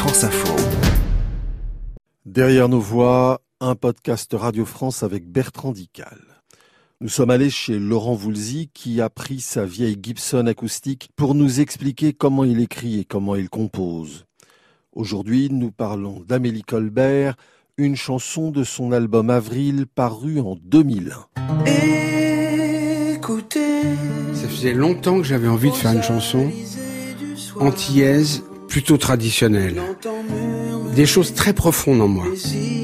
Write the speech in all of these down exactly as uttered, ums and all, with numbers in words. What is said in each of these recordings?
France Info. Derrière nos voix, un podcast Radio France avec Bertrand Dical. Nous sommes allés chez Laurent Voulzy qui a pris sa vieille Gibson acoustique pour nous expliquer comment il écrit et comment il compose. Aujourd'hui, nous parlons d'Amélie Colbert, une chanson de son album Avril paru en deux mille un. Écoutez, ça faisait longtemps que j'avais envie de faire une chanson antillaise, plutôt traditionnelle. Des choses très profondes en moi.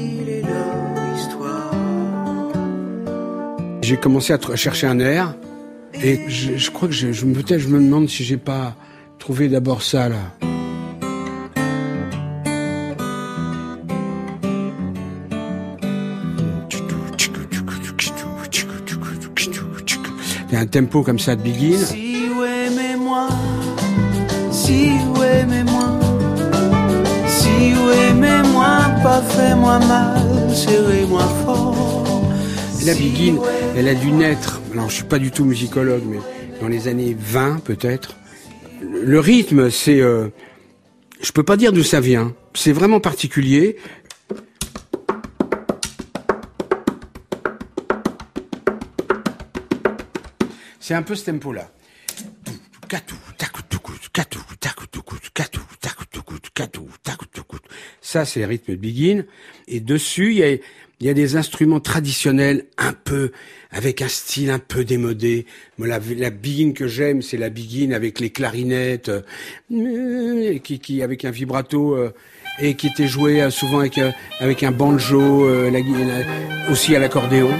J'ai commencé à tr- chercher un air et je, je crois que je, je, peut-être je me demande si j'ai pas trouvé d'abord ça là. Il y a un tempo comme ça de Begin. Si vous aimez-moi, si vous aimez-moi, si vous aimez-moi, pas fais-moi mal, serrez-moi fort. Et la Begin, elle a dû naître, alors je suis pas du tout musicologue, mais dans les années vingt peut-être. Le rythme, c'est... Euh, je peux pas dire d'où ça vient. C'est vraiment particulier. C'est un peu ce tempo-là. Ça, c'est le rythme de Begin. Et dessus, il y a, il y a des instruments traditionnels, un peu, avec un style un peu démodé. Moi, la, la Begin que j'aime, c'est la Begin avec les clarinettes, euh, qui, qui, avec un vibrato, euh, et qui était joué euh, souvent avec, euh, avec un banjo, euh, la, la, aussi à l'accordéon.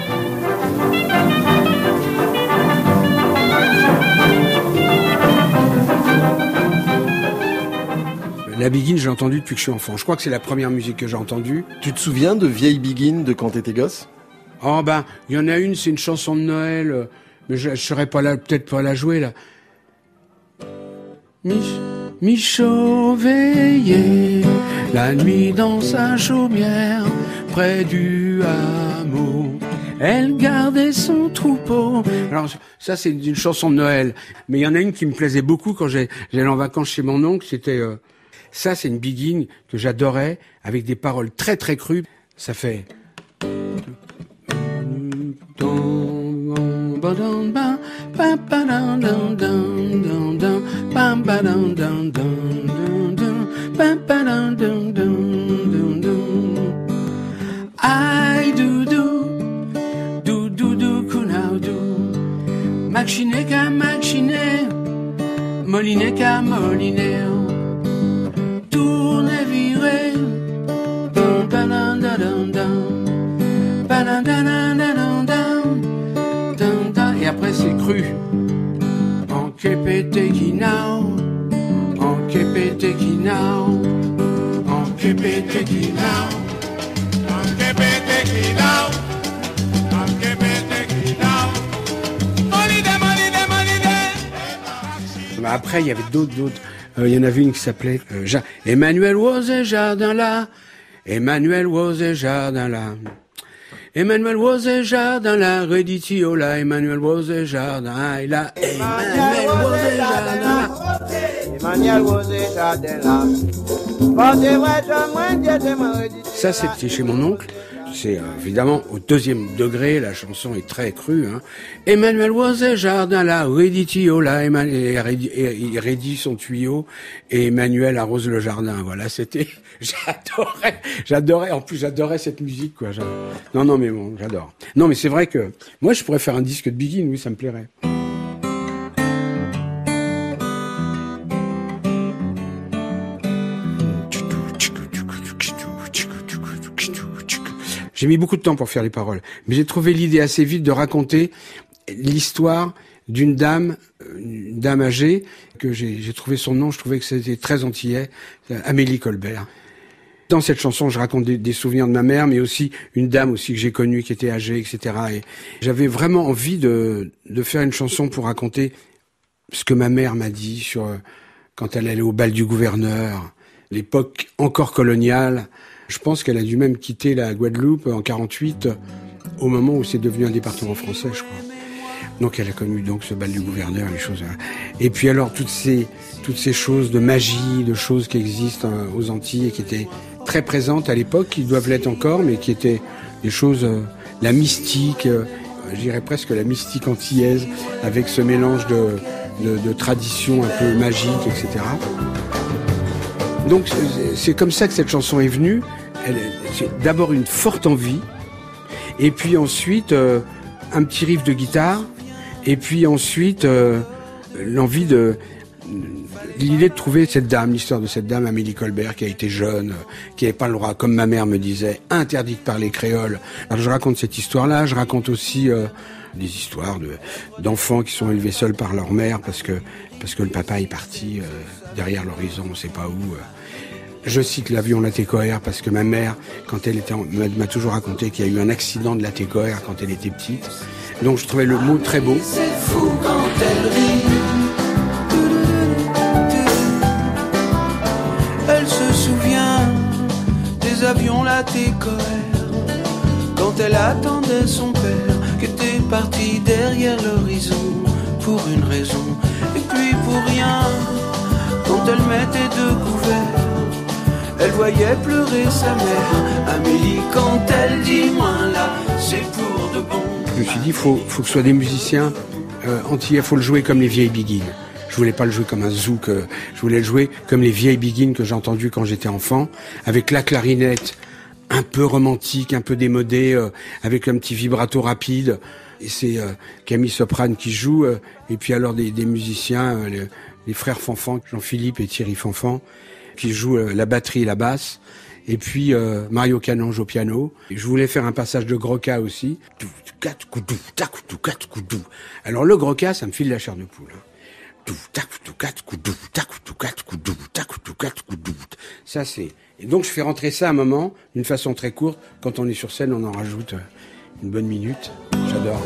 La Begin, j'ai entendu depuis que je suis enfant. Je crois que c'est la première musique que j'ai entendue. Tu te souviens de vieilles Begin de quand t'étais gosse ? Oh ben, il y en a une, c'est une chanson de Noël, mais je ne saurais pas la, peut-être pas la jouer là. Mich, Michaud veillait la nuit dans sa chaumière près du hameau. Elle gardait son troupeau. Alors ça, c'est une chanson de Noël, mais il y en a une qui me plaisait beaucoup quand j'allais en vacances chez mon oncle. C'était euh, ça, c'est une Begin que j'adorais avec des paroles très très crues. Ça fait. I do do do do do kunau do machine ka machine moline ka moline tourne virer dun dun dun dun dun dun dun dun. Et après c'est cru en kepete kinao en kepete kinao en kepete kinao. Après, il y avait d'autres, d'autres. Euh, il y en avait une qui s'appelait euh, ja- Emmanuel was jardin là. Emmanuel was jardin là. Emmanuel was jardin là. Reditio là. Emmanuel was jardin là. Emmanuel was jardin là. Emmanuel was jardin là. Ça, c'était chez mon oncle. C'est euh, évidemment au deuxième degré, la chanson est très crue. Hein. Emmanuel was jardin là, reditio là, Emmanuel, il rédit son tuyau et Emmanuel arrose le jardin. Voilà, c'était, j'adorais, j'adorais. En plus, j'adorais cette musique, quoi. J'adore. Non, non, mais bon, j'adore. Non, mais c'est vrai que moi, je pourrais faire un disque de Begin, oui, ça me plairait. J'ai mis beaucoup de temps pour faire les paroles, mais j'ai trouvé l'idée assez vite de raconter l'histoire d'une dame, une dame âgée, que j'ai, j'ai trouvé son nom, je trouvais que c'était très antillais, Amélie Colbert. Dans cette chanson, je raconte des, des souvenirs de ma mère, mais aussi une dame aussi que j'ai connue, qui était âgée, et cetera. Et j'avais vraiment envie de, de faire une chanson pour raconter ce que ma mère m'a dit sur quand elle allait au bal du gouverneur, l'époque encore coloniale. Je pense qu'elle a dû même quitter la Guadeloupe en quarante-huit, au moment où c'est devenu un département français, je crois. Donc elle a connu donc ce bal du gouverneur, les choses. Et puis alors toutes ces toutes ces choses de magie, de choses qui existent aux Antilles et qui étaient très présentes à l'époque, qui doivent l'être encore, mais qui étaient des choses, euh, la mystique, euh, je dirais presque la mystique antillaise, avec ce mélange de de, de traditions un peu magiques, et cetera. Donc c'est comme ça que cette chanson est venue. Elle, c'est d'abord une forte envie, et puis ensuite euh, un petit riff de guitare. Et puis ensuite, euh, l'envie de... L'idée de trouver cette dame, l'histoire de cette dame, Amélie Colbert, qui a été jeune, qui n'avait pas le droit, comme ma mère me disait, interdite de parler créole. Alors je raconte cette histoire-là, je raconte aussi euh, des histoires de, d'enfants qui sont élevés seuls par leur mère parce que, parce que le papa est parti euh, derrière l'horizon, on ne sait pas où. Euh. Je cite l'avion Latécoère parce que ma mère, quand elle était, en, m'a toujours raconté qu'il y a eu un accident de Latécoère quand elle était petite. Donc je trouvais le mot très beau. C'est fou quand elle rit. Elle se souvient des avions Latécoère quand elle attendait son père qui était parti derrière l'horizon pour une raison et puis pour rien. Quand elle mettait deux couverts, elle voyait pleurer sa mère. Amélie, quand elle dit moins là, c'est pour de bon. Je me suis dit, il faut, faut que ce soit des musiciens euh, antillais, il faut le jouer comme les vieilles biguines. Je voulais pas le jouer comme un zouk, euh, je voulais le jouer comme les vieilles biguines que j'ai entendues quand j'étais enfant, avec la clarinette un peu romantique, un peu démodée, euh, avec un petit vibrato rapide. Et c'est euh, Camille Soprane qui joue, euh, et puis alors des, des musiciens, euh, les, les frères Fanfan, Jean-Philippe et Thierry Fanfan, qui jouent euh, la batterie et la basse. Et puis euh, Mario Canonge au piano. Et je voulais faire un passage de Groka aussi. Alors le Groka, ça me file la chair de poule. Ça c'est. Et donc je fais rentrer ça à un moment, d'une façon très courte. Quand on est sur scène, on en rajoute une bonne minute. J'adore.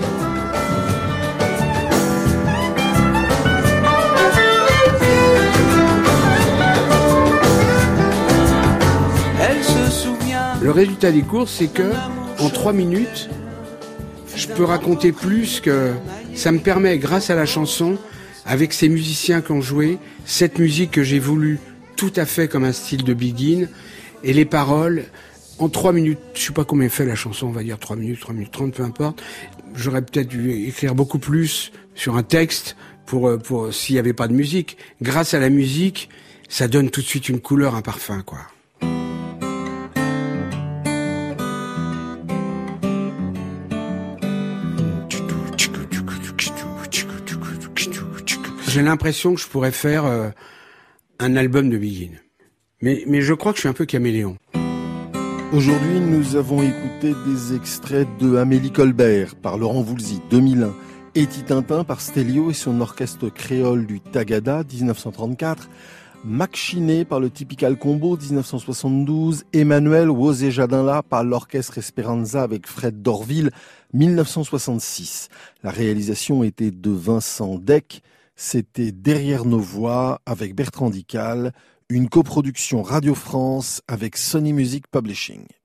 Le résultat des courses, c'est que en trois minutes, je peux raconter plus que ça me permet, grâce à la chanson, avec ces musiciens qui ont joué, cette musique que j'ai voulu tout à fait comme un style de Begin, et les paroles, en trois minutes, je sais pas combien fait la chanson, on va dire trois minutes, trois minutes trente, peu importe. J'aurais peut-être dû écrire beaucoup plus sur un texte pour, pour s'il y avait pas de musique. Grâce à la musique, ça donne tout de suite une couleur, un parfum, quoi. J'ai l'impression que je pourrais faire euh, un album de Begin. Mais, mais je crois que je suis un peu caméléon. Aujourd'hui, nous avons écouté des extraits de Amélie Colbert par Laurent Voulzy, deux mille un, et Titintin par Stélio et son orchestre créole du Tagada, dix-neuf cent trente-quatre, Mac Chiné par le Typical Combo, dix-neuf cent soixante-douze, Emmanuel Wosé Jadinla par l'orchestre Esperanza avec Fred Dorville, dix-neuf cent soixante-six. La réalisation était de Vincent Deck. C'était Derrière nos voix avec Bertrand Dical, une coproduction Radio France avec Sony Music Publishing.